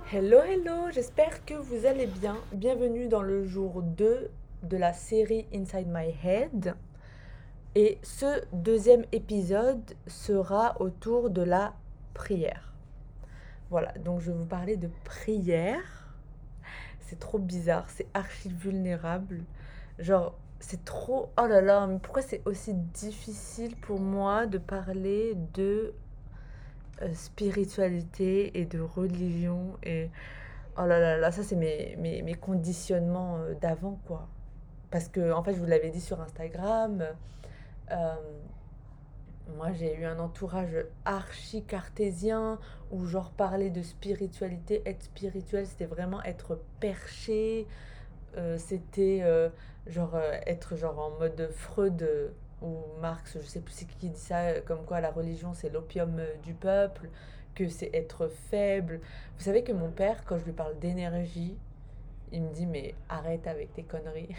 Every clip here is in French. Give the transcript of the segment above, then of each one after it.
Hello, hello, j'espère que vous allez bien. Bienvenue dans le jour 2 de la série Inside My Head. Et ce deuxième épisode sera autour de la prière. Voilà, donc je vais vous parler de prière. C'est trop bizarre, c'est archi vulnérable. Genre, c'est trop... Oh là là, mais pourquoi c'est aussi difficile pour moi de parler de spiritualité et de religion et oh là là là, ça c'est mes conditionnements d'avant quoi. Parce que en fait, je vous l'avais dit sur Instagram, euh, moi j'ai eu un entourage archi cartésien où genre parler de spiritualité, être spirituel, c'était vraiment être perché, c'était être genre en mode Freud ou Marx, je sais plus c'est qui dit ça, comme quoi la religion c'est l'opium du peuple, que c'est être faible. Vous savez que mon père, quand je lui parle d'énergie, il me dit mais arrête avec tes conneries.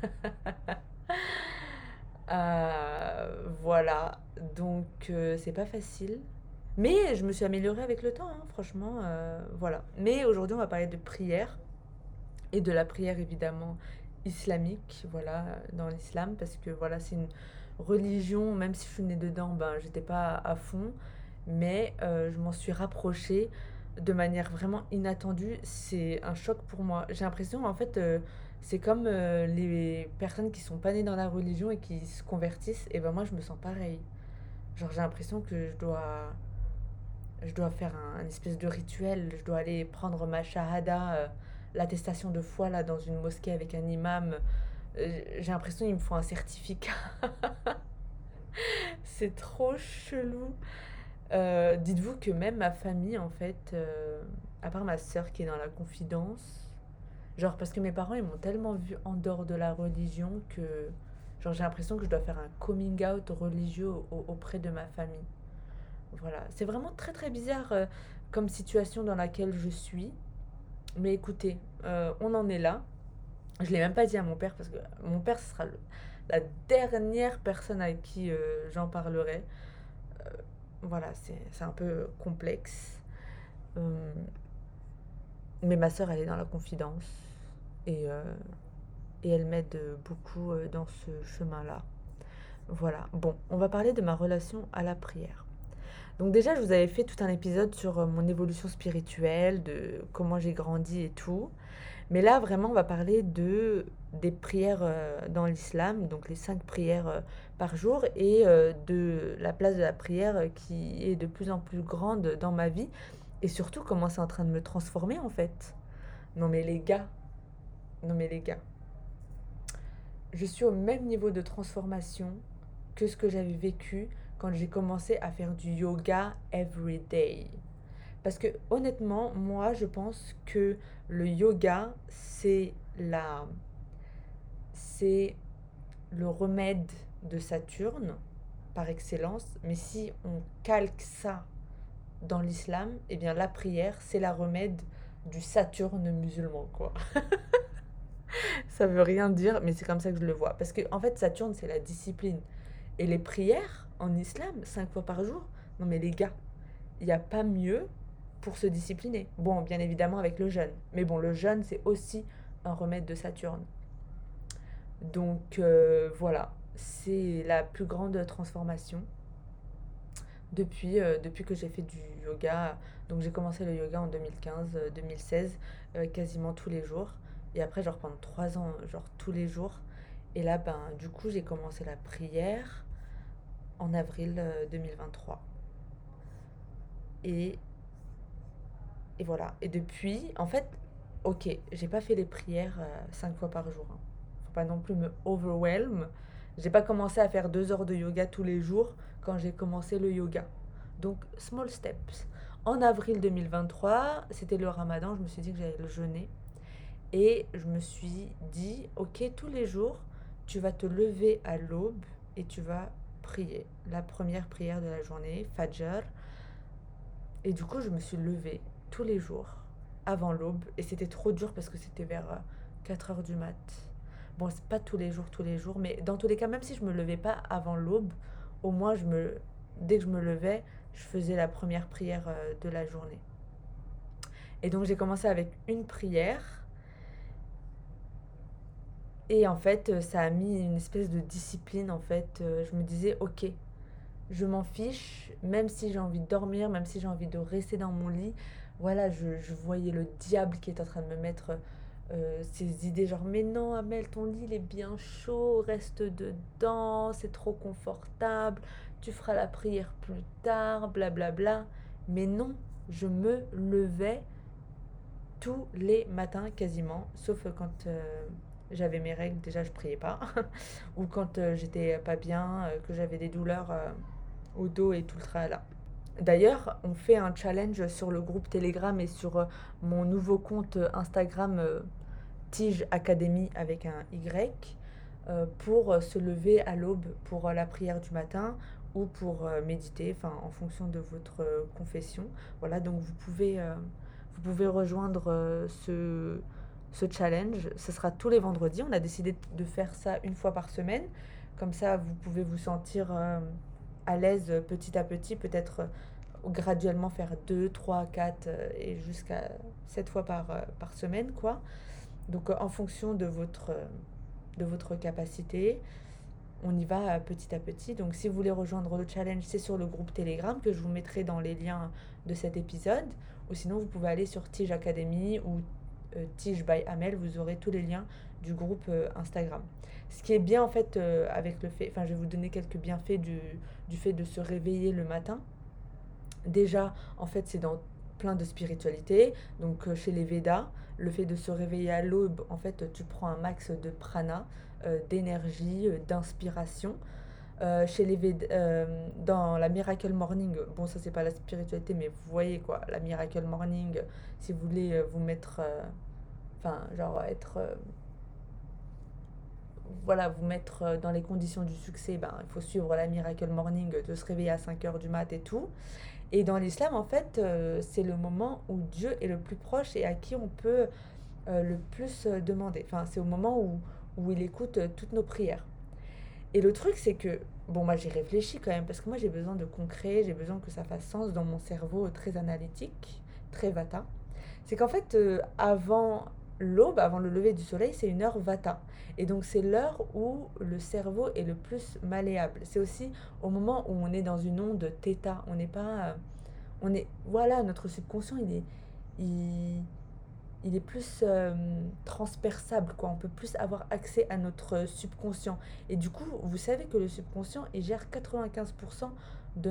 Voilà, donc c'est pas facile. Mais je me suis améliorée avec le temps, hein, franchement, voilà. Mais aujourd'hui, on va parler de prière et de la prière évidemment islamique, voilà, dans l'islam, parce que voilà, c'est une religion, même si je suis née dedans, ben j'étais pas à fond, mais je m'en suis rapprochée de manière vraiment inattendue. C'est un choc pour moi. J'ai l'impression, en fait, c'est comme les personnes qui sont pas nées dans la religion et qui se convertissent, et ben moi je me sens pareil. Genre j'ai l'impression que je dois faire un espèce de rituel, je dois aller prendre ma shahada, l'attestation de foi là dans une mosquée avec un imam. J'ai l'impression qu'il me faut un certificat. C'est trop chelou. Dites-vous que même ma famille en fait, à part ma sœur qui est dans la confidence, genre parce que mes parents ils m'ont tellement vu en dehors de la religion que genre j'ai l'impression que je dois faire un coming out religieux auprès de ma famille. Voilà, c'est vraiment très très bizarre comme situation dans laquelle je suis. Mais écoutez, on en est là. Je l'ai même pas dit à mon père parce que mon père ce sera la dernière personne à qui j'en parlerai. Euh, voilà, c'est un peu complexe. Euh, mais ma sœur, elle est dans la confidence et, euh, et elle m'aide beaucoup dans ce chemin-là. Voilà, bon, on va parler de ma relation à la prière. Donc déjà, je vous avais fait tout un épisode sur mon évolution spirituelle, de comment j'ai grandi et tout. Mais là, vraiment, on va parler des prières dans l'islam, donc les 5 prières par jour, et de la place de la prière qui est de plus en plus grande dans ma vie, et surtout comment c'est en train de me transformer en fait. Non mais les gars, non mais les gars, je suis au même niveau de transformation que ce que j'avais vécu quand j'ai commencé à faire du yoga every day. Parce que honnêtement, moi, je pense que le yoga, c'est le remède de Saturne par excellence. Mais si on calque ça dans l'islam, eh bien la prière, c'est la remède du Saturne musulman, quoi. Ça veut rien dire, mais c'est comme ça que je le vois. Parce que en fait, Saturne, c'est la discipline. Et les prières en islam, 5 fois par jour, non mais les gars, il n'y a pas mieux pour se discipliner. Bon, bien évidemment avec le jeûne. Mais bon, le jeûne, c'est aussi un remède de Saturne. Donc voilà, c'est la plus grande transformation depuis que j'ai fait du yoga. Donc j'ai commencé le yoga en 2015-2016, quasiment tous les jours. Et après, genre pendant 3 ans, genre tous les jours. Et là, ben, du coup, j'ai commencé la prière en avril 2023. Et Et voilà. Et depuis, en fait, ok, j'ai pas fait les prières 5 fois par jour, hein. Faut pas non plus me overwhelm. J'ai pas commencé à faire 2 heures de yoga tous les jours quand j'ai commencé le yoga. Donc, small steps. En avril 2023, c'était le ramadan, je me suis dit que j'allais le jeûner. Et je me suis dit, ok, tous les jours, tu vas te lever à l'aube et tu vas prier. La première prière de la journée, Fajr. Et du coup, je me suis levée tous les jours avant l'aube. Et c'était trop dur parce que c'était vers 4 heures du mat. Bon, c'est pas tous les jours. Mais dans tous les cas, même si je me levais pas avant l'aube, au moins, dès que je me levais, je faisais la première prière de la journée. Et donc j'ai commencé avec une prière. Et en fait, ça a mis une espèce de discipline, en fait. Je me disais, ok, je m'en fiche, même si j'ai envie de dormir, même si j'ai envie de rester dans mon lit. Voilà, je voyais le diable qui est en train de me mettre ces idées genre, mais non, Amel, ton lit il est bien chaud, reste dedans, c'est trop confortable, tu feras la prière plus tard, blablabla. Mais non, je me levais tous les matins quasiment, sauf quand j'avais mes règles, déjà je priais pas, ou quand j'étais pas bien, que j'avais des douleurs au dos et tout le tralala. D'ailleurs, on fait un challenge sur le groupe Telegram et sur mon nouveau compte Instagram Tige Academy avec un Y pour se lever à l'aube pour la prière du matin ou pour méditer, enfin en fonction de votre confession. Voilà, donc vous pouvez rejoindre ce challenge. Ce sera tous les vendredis. On a décidé de faire ça une fois par semaine. Comme ça, vous pouvez vous sentir à l'aise petit à petit, peut-être graduellement faire 2, 3, 4 et jusqu'à 7 fois par semaine, quoi. Donc en fonction de votre capacité, on y va petit à petit. Donc si vous voulez rejoindre le challenge, c'est sur le groupe Telegram que je vous mettrai dans les liens de cet épisode. Ou sinon, vous pouvez aller sur Tige Academy ou Tige by Amel, vous aurez tous les liens du groupe Instagram. Ce qui est bien en fait avec le fait, enfin je vais vous donner quelques bienfaits du fait de se réveiller le matin. Déjà, en fait, c'est dans plein de spiritualité. Donc, chez les Védas, le fait de se réveiller à l'aube, en fait, tu prends un max de prana, d'énergie, d'inspiration. Chez les Védas, dans la Miracle Morning, bon, ça, c'est pas la spiritualité, mais vous voyez quoi, la Miracle Morning, si vous voulez vous mettre, enfin, genre être voilà, vous mettre dans les conditions du succès, ben, il faut suivre la Miracle Morning, de se réveiller à 5 heures du mat et tout. Et dans l'islam, en fait, c'est le moment où Dieu est le plus proche et à qui on peut le plus demander. Enfin, c'est au moment où il écoute toutes nos prières. Et le truc, c'est que, bon, moi j'ai réfléchi quand même, parce que moi j'ai besoin de concret, j'ai besoin que ça fasse sens dans mon cerveau très analytique, très vata. C'est qu'en fait, avant l'aube, avant le lever du soleil, c'est une heure vata. Et donc c'est l'heure où le cerveau est le plus malléable. C'est aussi au moment où on est dans une onde θ. On n'est pas... on est, voilà, notre subconscient, il, il est plus transperçable, quoi. On peut plus avoir accès à notre subconscient. Et du coup, vous savez que le subconscient, il gère 95% de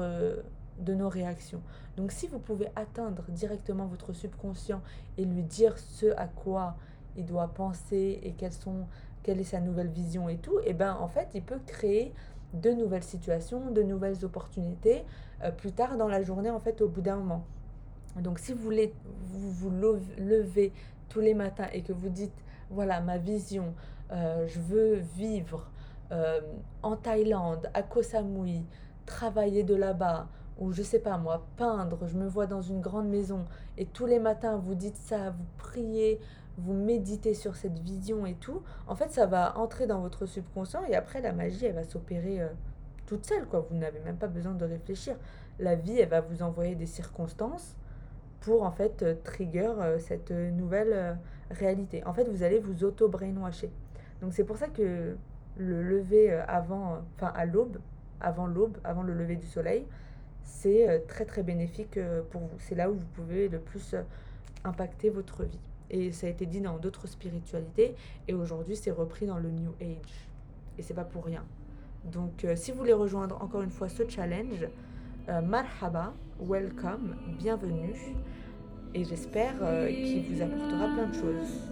de nos réactions. Donc si vous pouvez atteindre directement votre subconscient et lui dire ce à quoi il doit penser et quelle est sa nouvelle vision et tout, et ben en fait, il peut créer de nouvelles situations, de nouvelles opportunités plus tard dans la journée, en fait, au bout d'un moment. Donc si vous voulez vous lever tous les matins et que vous dites, voilà, ma vision, je veux vivre en Thaïlande, à Koh Samui, travailler de là-bas, ou je sais pas moi, peindre, je me vois dans une grande maison, et tous les matins vous dites ça, vous priez, vous méditez sur cette vision et tout, en fait ça va entrer dans votre subconscient et après la magie elle va s'opérer toute seule, quoi. Vous n'avez même pas besoin de réfléchir. La vie elle va vous envoyer des circonstances pour en fait trigger cette nouvelle réalité. En fait, vous allez vous auto-brainwasher. Donc c'est pour ça que le lever avant, enfin à l'aube, avant l'aube, avant le lever du soleil, c'est très très bénéfique pour vous. C'est là où vous pouvez le plus impacter votre vie. Et ça a été dit dans d'autres spiritualités et aujourd'hui c'est repris dans le New Age. Et c'est pas pour rien. Donc si vous voulez rejoindre encore une fois ce challenge, marhaba, welcome, bienvenue et j'espère qu'il vous apportera plein de choses.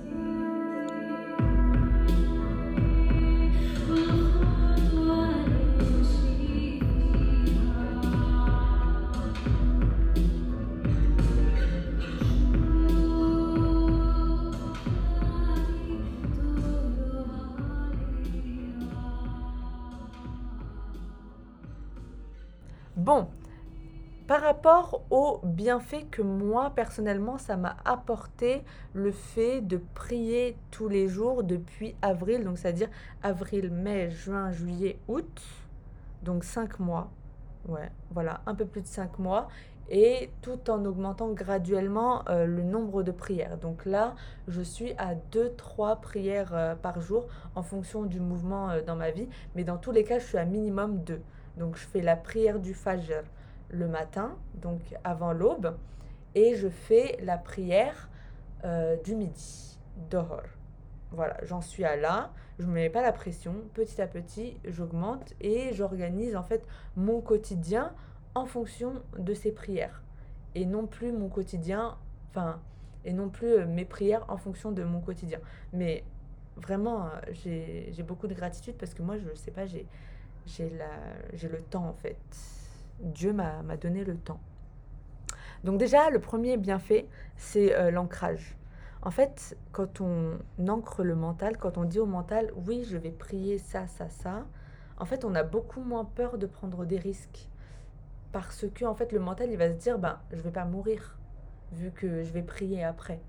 Bon, par rapport aux bienfaits que moi, personnellement, ça m'a apporté le fait de prier tous les jours depuis avril, donc c'est-à-dire avril, mai, juin, juillet, août, donc 5 mois. Ouais, voilà, un peu plus de 5 mois. et tout en augmentant graduellement le nombre de prières. Donc là, je suis à 2, 3 prières par jour en fonction du mouvement dans ma vie, mais dans tous les cas, je suis à minimum 2. Donc je fais la prière du Fajr le matin, donc avant l'aube, et je fais la prière du midi, Dohor. Voilà, j'en suis à là, je ne me mets pas la pression, petit à petit, j'augmente et j'organise en fait mon quotidien en fonction de ces prières. Et non plus mon quotidien, enfin, et non plus mes prières en fonction de mon quotidien. Mais vraiment, j'ai beaucoup de gratitude parce que moi, je ne sais pas, j'ai la, j'ai le temps en fait. Dieu m'a donné le temps. Donc déjà, le premier bienfait, c'est l'ancrage. En fait, quand on ancre le mental, quand on dit au mental, oui, je vais prier ça, ça, ça, en fait, on a beaucoup moins peur de prendre des risques. Parce que, en fait, le mental, il va se dire, ben, je vais pas mourir, vu que je vais prier après.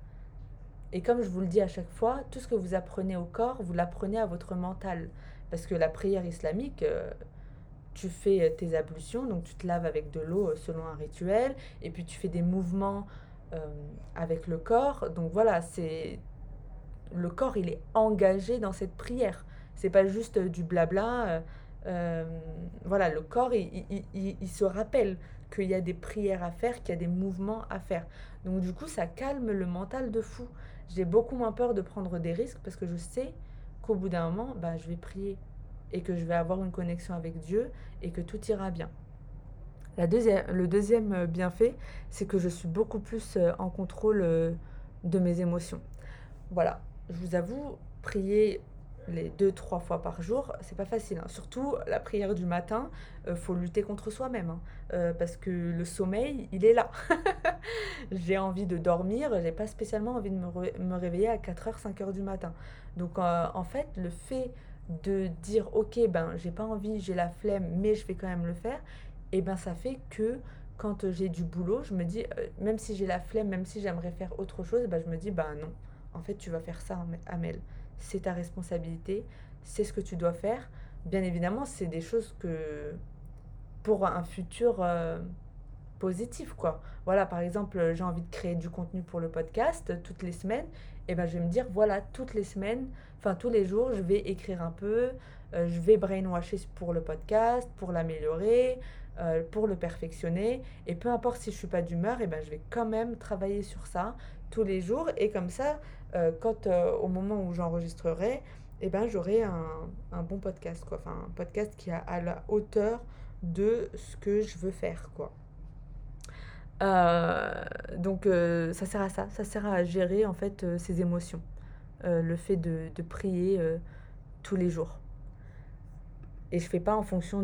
Et comme je vous le dis à chaque fois, tout ce que vous apprenez au corps, vous l'apprenez à votre mental. Parce que la prière islamique, tu fais tes ablutions, donc tu te laves avec de l'eau selon un rituel, et puis tu fais des mouvements euh, avec le corps. Donc voilà, c'est le corps, il est engagé dans cette prière. C'est pas juste du blabla. Voilà, le corps, il se rappelle qu'il y a des prières à faire, qu'il y a des mouvements à faire. Donc du coup, ça calme le mental de fou. J'ai beaucoup moins peur de prendre des risques parce que je sais qu'au bout d'un moment, bah, je vais prier et que je vais avoir une connexion avec Dieu et que tout ira bien. Le deuxième bienfait, c'est que je suis beaucoup plus en contrôle de mes émotions. Voilà, je vous avoue, prier les 2, 3 fois par jour, c'est pas facile, hein. Surtout la prière du matin, faut lutter contre soi-même, hein, parce que le sommeil, il est là. J'ai envie de dormir, j'ai pas spécialement envie de me réveiller à 4 heures, 5 heures du matin. Donc en fait, le fait de dire ok, ben j'ai pas envie, j'ai la flemme, mais je vais quand même le faire, et ben ça fait que quand j'ai du boulot, je me dis, même si j'ai la flemme, même si j'aimerais faire autre chose, ben je me dis, ben non, en fait tu vas faire ça, Amel. C'est ta responsabilité, c'est ce que tu dois faire. Bien évidemment, c'est des choses que pour un futur positif, quoi. Voilà, par exemple, j'ai envie de créer du contenu pour le podcast toutes les semaines. Et ben, je vais me dire, voilà, toutes les semaines, enfin tous les jours, je vais écrire un peu, je vais brainwasher pour le podcast, pour l'améliorer, pour le perfectionner. Et peu importe si je suis pas d'humeur, et ben, je vais quand même travailler sur ça tous les jours. Et comme ça, au moment où j'enregistrerai, et ben, j'aurai un bon podcast, quoi. Enfin, un podcast qui a à la hauteur de ce que je veux faire, quoi. Donc ça sert à ça sert à gérer en fait ses émotions. Le fait de prier tous les jours. Et je fais pas en fonction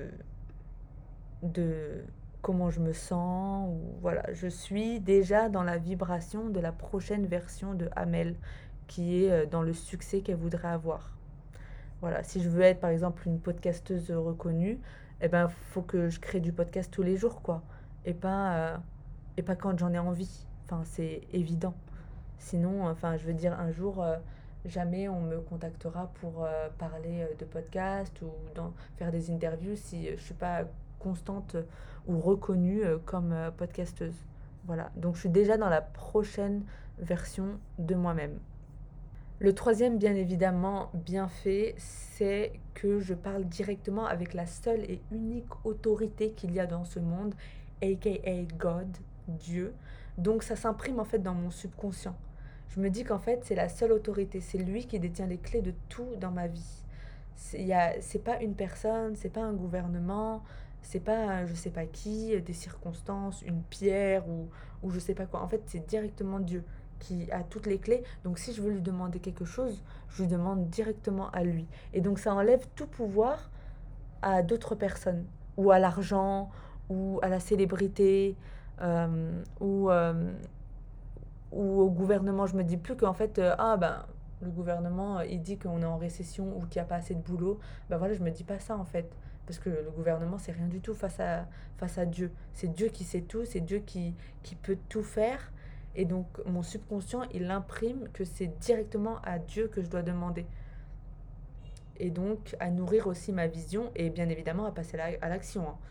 de comment je me sens ou voilà, je suis déjà dans la vibration de la prochaine version de Amel qui est dans le succès qu'elle voudrait avoir. Voilà, si je veux être par exemple une podcasteuse reconnue, eh ben faut que je crée du podcast tous les jours quoi et pas quand j'en ai envie. Enfin, c'est évident. Sinon, enfin, je veux dire un jour jamais on me contactera pour parler de podcast ou faire des interviews si je suis pas constante ou reconnue comme podcasteuse. Voilà. Donc je suis déjà dans la prochaine version de moi-même. Le troisième, bien évidemment, bienfait, c'est que je parle directement avec la seule et unique autorité qu'il y a dans ce monde, aka God, Dieu. Donc ça s'imprime en fait dans mon subconscient. Je me dis qu'en fait c'est la seule autorité, c'est lui qui détient les clés de tout dans ma vie. C'est pas une personne, c'est pas un gouvernement, c'est pas je sais pas qui, des circonstances, une pierre ou je sais pas quoi. En fait c'est directement Dieu qui a toutes les clés. Donc si je veux lui demander quelque chose, je lui demande directement à lui. Et donc ça enlève tout pouvoir à d'autres personnes, ou à l'argent, ou à la célébrité, ou ou au gouvernement. Je me dis plus qu'en fait, ah ben, le gouvernement, il dit qu'on est en récession ou qu'il n'y a pas assez de boulot. Ben voilà, je me dis pas ça en fait. Parce que le gouvernement, c'est rien du tout face à Dieu. C'est Dieu qui sait tout, c'est Dieu qui peut tout faire. Et donc, mon subconscient, il imprime que c'est directement à Dieu que je dois demander. Et donc, à nourrir aussi ma vision et bien évidemment à passer à l'action, hein.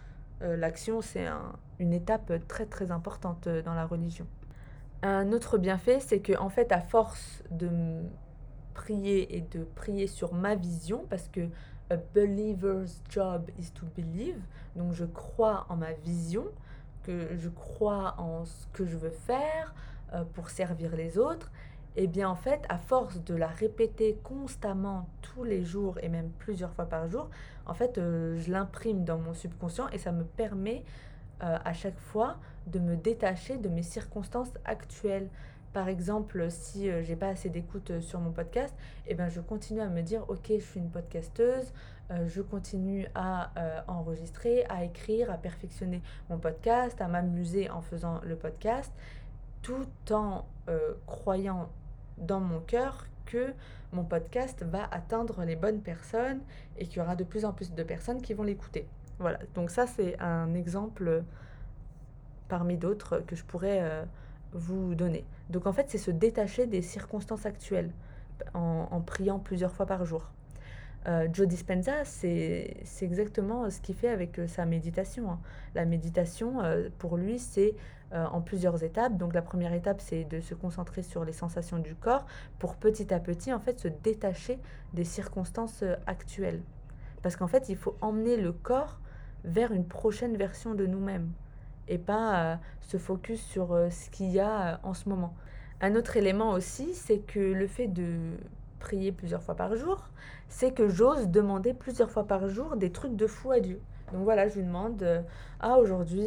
L'action, c'est une étape très très importante dans la religion. Un autre bienfait, c'est que en fait, à force de prier et de prier sur ma vision, parce que a believer's job is to believe, donc je crois en ma vision, que je crois en ce que je veux faire pour servir les autres, et bien en fait, à force de la répéter constamment tous les jours et même plusieurs fois par jour, en fait, je l'imprime dans mon subconscient et ça me permet à chaque fois de me détacher de mes circonstances actuelles. Par exemple, si j'ai pas assez d'écoute sur mon podcast, eh ben, je continue à me dire, ok, je suis une podcasteuse, je continue à enregistrer, à écrire, à perfectionner mon podcast, à m'amuser en faisant le podcast, tout en croyant dans mon cœur que mon podcast va atteindre les bonnes personnes et qu'il y aura de plus en plus de personnes qui vont l'écouter. Voilà, donc ça c'est un exemple parmi d'autres que je pourrais vous donner. Donc en fait, c'est se détacher des circonstances actuelles en priant plusieurs fois par jour. Joe Dispenza, c'est exactement ce qu'il fait avec sa méditation, hein. La méditation, pour lui, c'est en plusieurs étapes. Donc la première étape, c'est de se concentrer sur les sensations du corps pour petit à petit, en fait, se détacher des circonstances actuelles. Parce qu'en fait, il faut emmener le corps vers une prochaine version de nous-mêmes et pas se focus sur ce qu'il y a en ce moment. Un autre élément aussi, c'est que le fait de prier plusieurs fois par jour, c'est que j'ose demander plusieurs fois par jour des trucs de fou à Dieu. Donc voilà, je lui demande, aujourd'hui,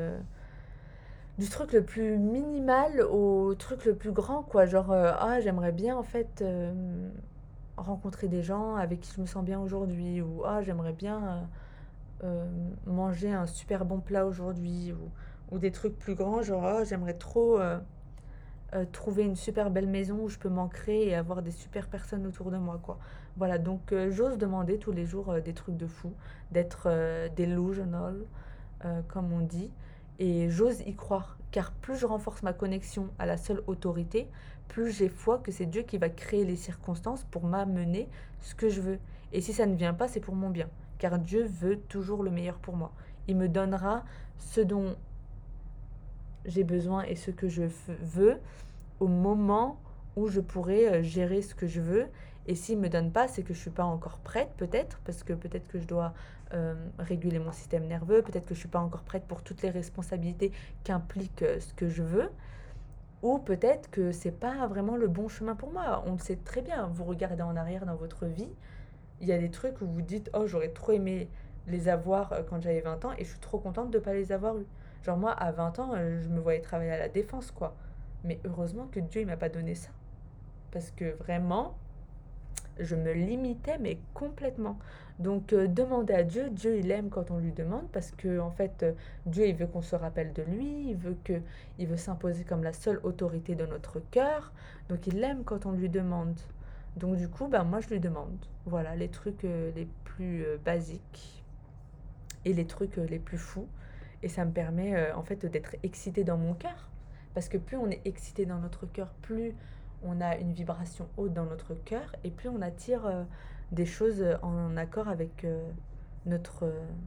du truc le plus minimal au truc le plus grand, quoi. Genre, j'aimerais bien en fait rencontrer des gens avec qui je me sens bien aujourd'hui, ou j'aimerais bien manger un super bon plat aujourd'hui, ou des trucs plus grands, genre j'aimerais trop trouver une super belle maison où je peux m'ancrer et avoir des super personnes autour de moi, quoi. Voilà, donc j'ose demander tous les jours des trucs de fou, d'être delusional, comme on dit, et j'ose y croire, car plus je renforce ma connexion à la seule autorité, plus j'ai foi que c'est Dieu qui va créer les circonstances pour m'amener ce que je veux. Et si ça ne vient pas, c'est pour mon bien, car Dieu veut toujours le meilleur pour moi. Il me donnera ce dont j'ai besoin et ce que je veux au moment où je pourrai gérer ce que je veux. Et s'il ne me donne pas, c'est que je ne suis pas encore prête, peut-être, parce que peut-être que je dois réguler mon système nerveux, peut-être que je ne suis pas encore prête pour toutes les responsabilités qu'implique ce que je veux, ou peut-être que c'est pas vraiment le bon chemin pour moi. On le sait très bien, vous regardez en arrière dans votre vie, il y a des trucs où vous dites, oh, j'aurais trop aimé les avoir quand j'avais 20 ans et je suis trop contente de ne pas les avoir eus. Genre moi, à 20 ans, je me voyais travailler à la défense, quoi. Mais heureusement que Dieu, il m'a pas donné ça. Parce que vraiment, je me limitais, mais complètement. Donc, demander à Dieu, Dieu, il aime quand on lui demande, parce que en fait, Dieu, il veut qu'on se rappelle de lui, il veut s'imposer comme la seule autorité de notre cœur. Donc, il aime quand on lui demande. Donc, du coup, moi, je lui demande. Voilà, les trucs les plus basiques et les trucs les plus fous. Et ça me permet, en fait, d'être excitée dans mon cœur. Parce que plus on est excité dans notre cœur, plus on a une vibration haute dans notre cœur et plus on attire des choses en accord avec notre,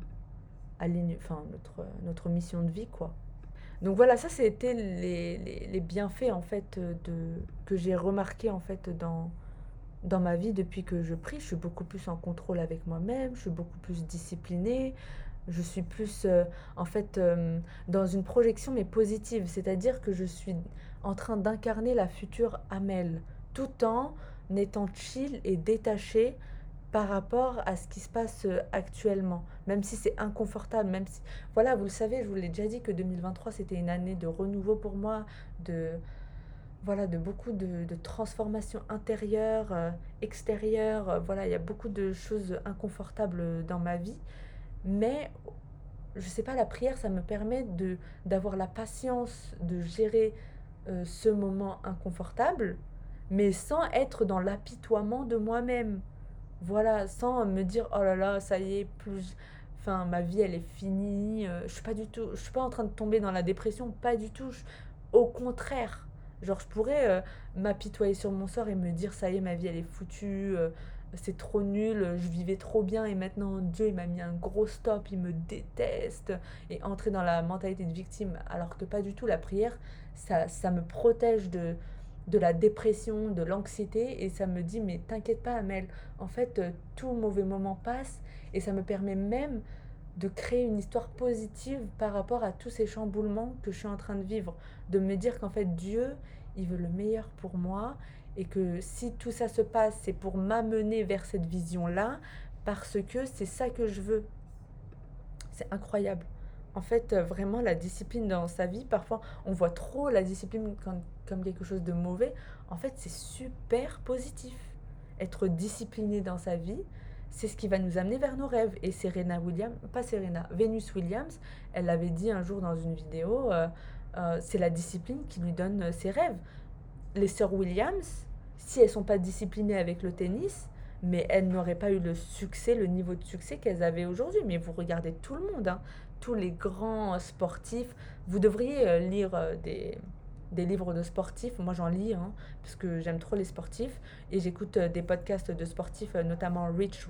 notre mission de vie, quoi. Donc voilà, ça c'était les bienfaits en fait que j'ai remarqué en fait dans ma vie depuis que je prie. Je suis beaucoup plus en contrôle avec moi-même, je suis beaucoup plus disciplinée, je suis plus en fait dans une projection mais positive, c'est-à-dire que je suis en train d'incarner la future Amel tout en étant chill et détachée par rapport à ce qui se passe actuellement, même si c'est inconfortable, même si voilà, vous le savez, je vous l'ai déjà dit que 2023 c'était une année de renouveau pour moi, de voilà, de beaucoup de transformations intérieures, extérieures, voilà, il y a beaucoup de choses inconfortables dans ma vie, mais je sais pas, la prière, ça me permet d'avoir la patience de gérer ce moment inconfortable, mais sans être dans l'apitoiement de moi-même. Voilà, sans me dire oh là là, ça y est, plus, enfin ma vie elle est finie. Je suis pas en train de tomber dans la dépression, pas du tout. Au contraire, genre je pourrais m'apitoyer sur mon sort et me dire ça y est, ma vie elle est foutue. c'est trop nul, je vivais trop bien et maintenant Dieu il m'a mis un gros stop, il me déteste, et entrer dans la mentalité de victime, alors que pas du tout. La prière, ça me protège de la dépression, de l'anxiété, et ça me dit mais t'inquiète pas Amel, en fait tout mauvais moment passe, et ça me permet même de créer une histoire positive par rapport à tous ces chamboulements que je suis en train de vivre, de me dire qu'en fait Dieu, il veut le meilleur pour moi, et que si tout ça se passe, c'est pour m'amener vers cette vision-là, parce que c'est ça que je veux. C'est incroyable. En fait, vraiment, la discipline dans sa vie, parfois, on voit trop la discipline comme quelque chose de mauvais. En fait, c'est super positif. Être discipliné dans sa vie, c'est ce qui va nous amener vers nos rêves. Et Serena Williams, pas Serena, Venus Williams, elle l'avait dit un jour dans une vidéo, c'est la discipline qui lui donne ses rêves. Les sœurs Williams, si elles sont pas disciplinées avec le tennis, mais elles n'auraient pas eu le succès, le niveau de succès qu'elles avaient aujourd'hui. Mais vous regardez tout le monde, hein, tous les grands sportifs. Vous devriez lire des livres de sportifs. Moi, j'en lis, hein, parce que j'aime trop les sportifs. Et j'écoute des podcasts de sportifs, notamment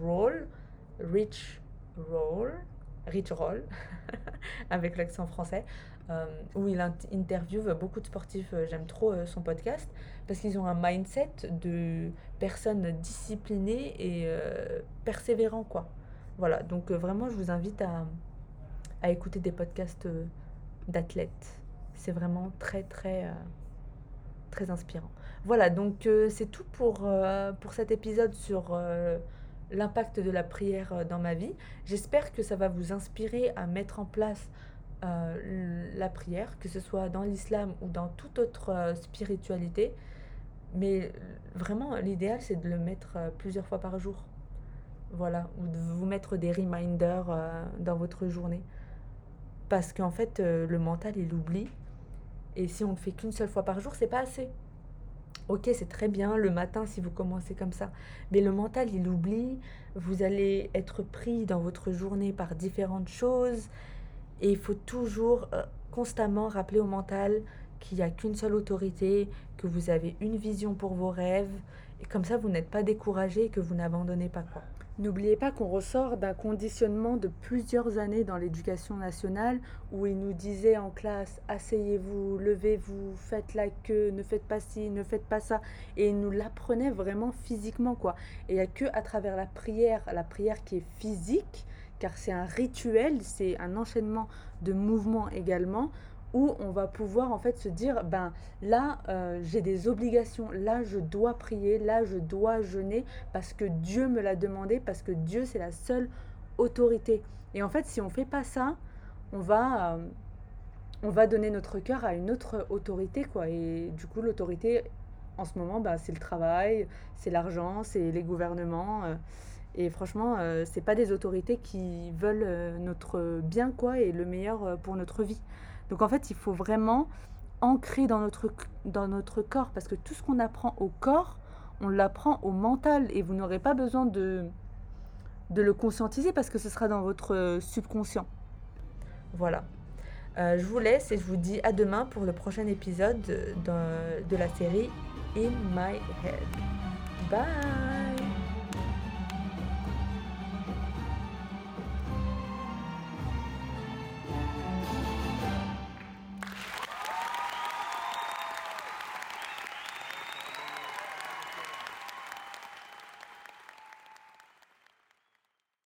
Rich Roll, Rich Roll, avec l'accent français, où il interviewe beaucoup de sportifs. J'aime trop son podcast parce qu'ils ont un mindset de personnes disciplinées et persévérants, quoi. Voilà, donc vraiment, je vous invite à écouter des podcasts d'athlètes. C'est vraiment très, très, très inspirant. Voilà, donc c'est tout pour cet épisode sur l'impact de la prière dans ma vie. J'espère que ça va vous inspirer à mettre en place la prière, que ce soit dans l'islam ou dans toute autre spiritualité. Mais vraiment, l'idéal, c'est de le mettre plusieurs fois par jour. Voilà, ou de vous mettre des reminders dans votre journée. Parce qu'en fait, le mental, il oublie. Et si on ne fait qu'une seule fois par jour, c'est pas assez. Ok, c'est très bien le matin si vous commencez comme ça. Mais le mental, il oublie. Vous allez être pris dans votre journée par différentes choses. Et il faut toujours, constamment rappeler au mental qu'il n'y a qu'une seule autorité, que vous avez une vision pour vos rêves. Et comme ça, vous n'êtes pas découragé et que vous n'abandonnez pas, quoi. N'oubliez pas qu'on ressort d'un conditionnement de plusieurs années dans l'éducation nationale où ils nous disaient en classe: asseyez-vous, levez-vous, faites la queue, ne faites pas ci, ne faites pas ça. Et ils nous l'apprenaient vraiment physiquement, quoi. Et il n'y a que à travers la prière qui est physique, car c'est un rituel, c'est un enchaînement de mouvements également, où on va pouvoir en fait se dire, ben là j'ai des obligations, là je dois prier, là je dois jeûner parce que Dieu me l'a demandé, parce que Dieu c'est la seule autorité. Et en fait si on fait pas ça, on va, euh, on va donner notre cœur à une autre autorité, quoi. Et du coup l'autorité en ce moment, bah, c'est le travail, c'est l'argent, c'est les gouvernements. Et franchement, c'est pas des autorités qui veulent notre bien, quoi, et le meilleur pour notre vie. Donc en fait, il faut vraiment ancrer dans notre corps, parce que tout ce qu'on apprend au corps, on l'apprend au mental, et vous n'aurez pas besoin de le conscientiser, parce que ce sera dans votre subconscient. Voilà. Je vous laisse et je vous dis à demain pour le prochain épisode de la série In My Head. Bye!